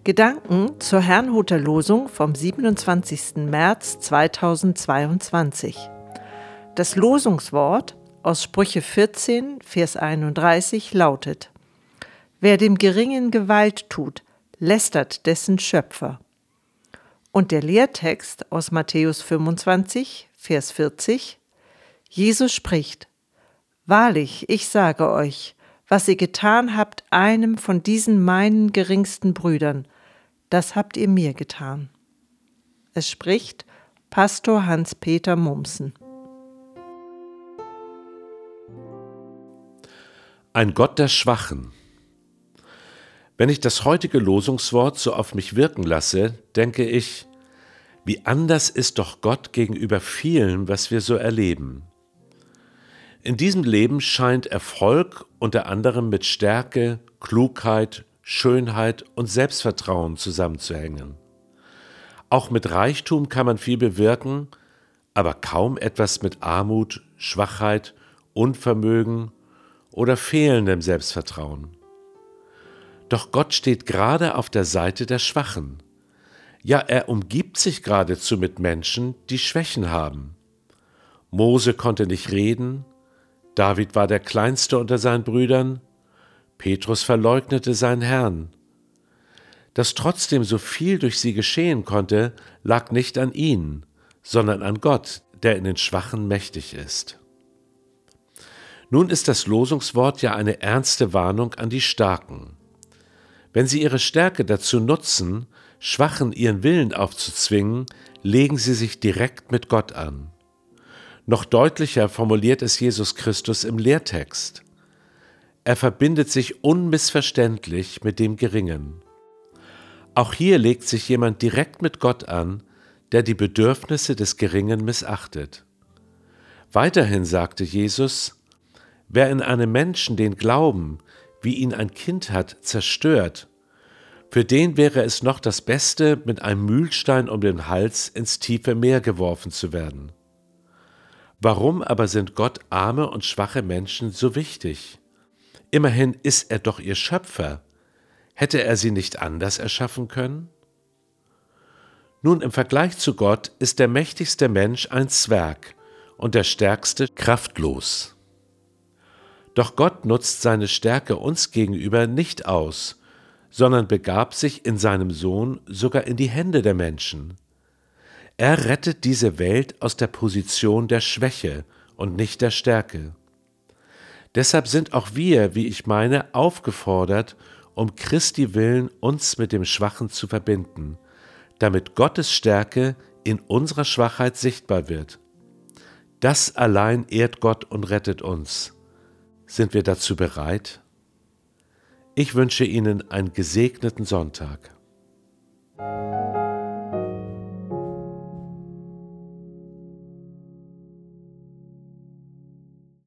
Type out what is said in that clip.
Gedanken zur Herrnhuter Losung vom 27. März 2022. Das Losungswort aus Sprüche 14, Vers 31 lautet: Wer dem Geringen Gewalt tut, lästert dessen Schöpfer. Und der Lehrtext aus Matthäus 25, Vers 40: Jesus spricht: Wahrlich, ich sage euch, was ihr getan habt einem von diesen meinen geringsten Brüdern, das habt ihr mir getan. Es spricht Pastor Hans-Peter Mumsen. Ein Gott der Schwachen. Wenn ich das heutige Losungswort so auf mich wirken lasse, denke ich, wie anders ist doch Gott gegenüber vielen, was wir so erleben. In diesem Leben scheint Erfolg unter anderem mit Stärke, Klugheit, Schönheit und Selbstvertrauen zusammenzuhängen. Auch mit Reichtum kann man viel bewirken, aber kaum etwas mit Armut, Schwachheit, Unvermögen oder fehlendem Selbstvertrauen. Doch Gott steht gerade auf der Seite der Schwachen. Ja, er umgibt sich geradezu mit Menschen, die Schwächen haben. Mose konnte nicht reden, David war der Kleinste unter seinen Brüdern, Petrus verleugnete seinen Herrn. Dass trotzdem so viel durch sie geschehen konnte, lag nicht an ihnen, sondern an Gott, der in den Schwachen mächtig ist. Nun ist das Losungswort ja eine ernste Warnung an die Starken. Wenn sie ihre Stärke dazu nutzen, Schwachen ihren Willen aufzuzwingen, legen sie sich direkt mit Gott an. Noch deutlicher formuliert es Jesus Christus im Lehrtext. Er verbindet sich unmissverständlich mit dem Geringen. Auch hier legt sich jemand direkt mit Gott an, der die Bedürfnisse des Geringen missachtet. Weiterhin sagte Jesus: Wer in einem Menschen den Glauben, wie ihn ein Kind hat, zerstört, für den wäre es noch das Beste, mit einem Mühlstein um den Hals ins tiefe Meer geworfen zu werden. Warum aber sind Gott arme und schwache Menschen so wichtig? Immerhin ist er doch ihr Schöpfer. Hätte er sie nicht anders erschaffen können? Nun, im Vergleich zu Gott ist der mächtigste Mensch ein Zwerg und der stärkste kraftlos. Doch Gott nutzt seine Stärke uns gegenüber nicht aus, sondern begab sich in seinem Sohn sogar in die Hände der Menschen. Er rettet diese Welt aus der Position der Schwäche und nicht der Stärke. Deshalb sind auch wir, wie ich meine, aufgefordert, um Christi willen uns mit dem Schwachen zu verbinden, damit Gottes Stärke in unserer Schwachheit sichtbar wird. Das allein ehrt Gott und rettet uns. Sind wir dazu bereit? Ich wünsche Ihnen einen gesegneten Sonntag.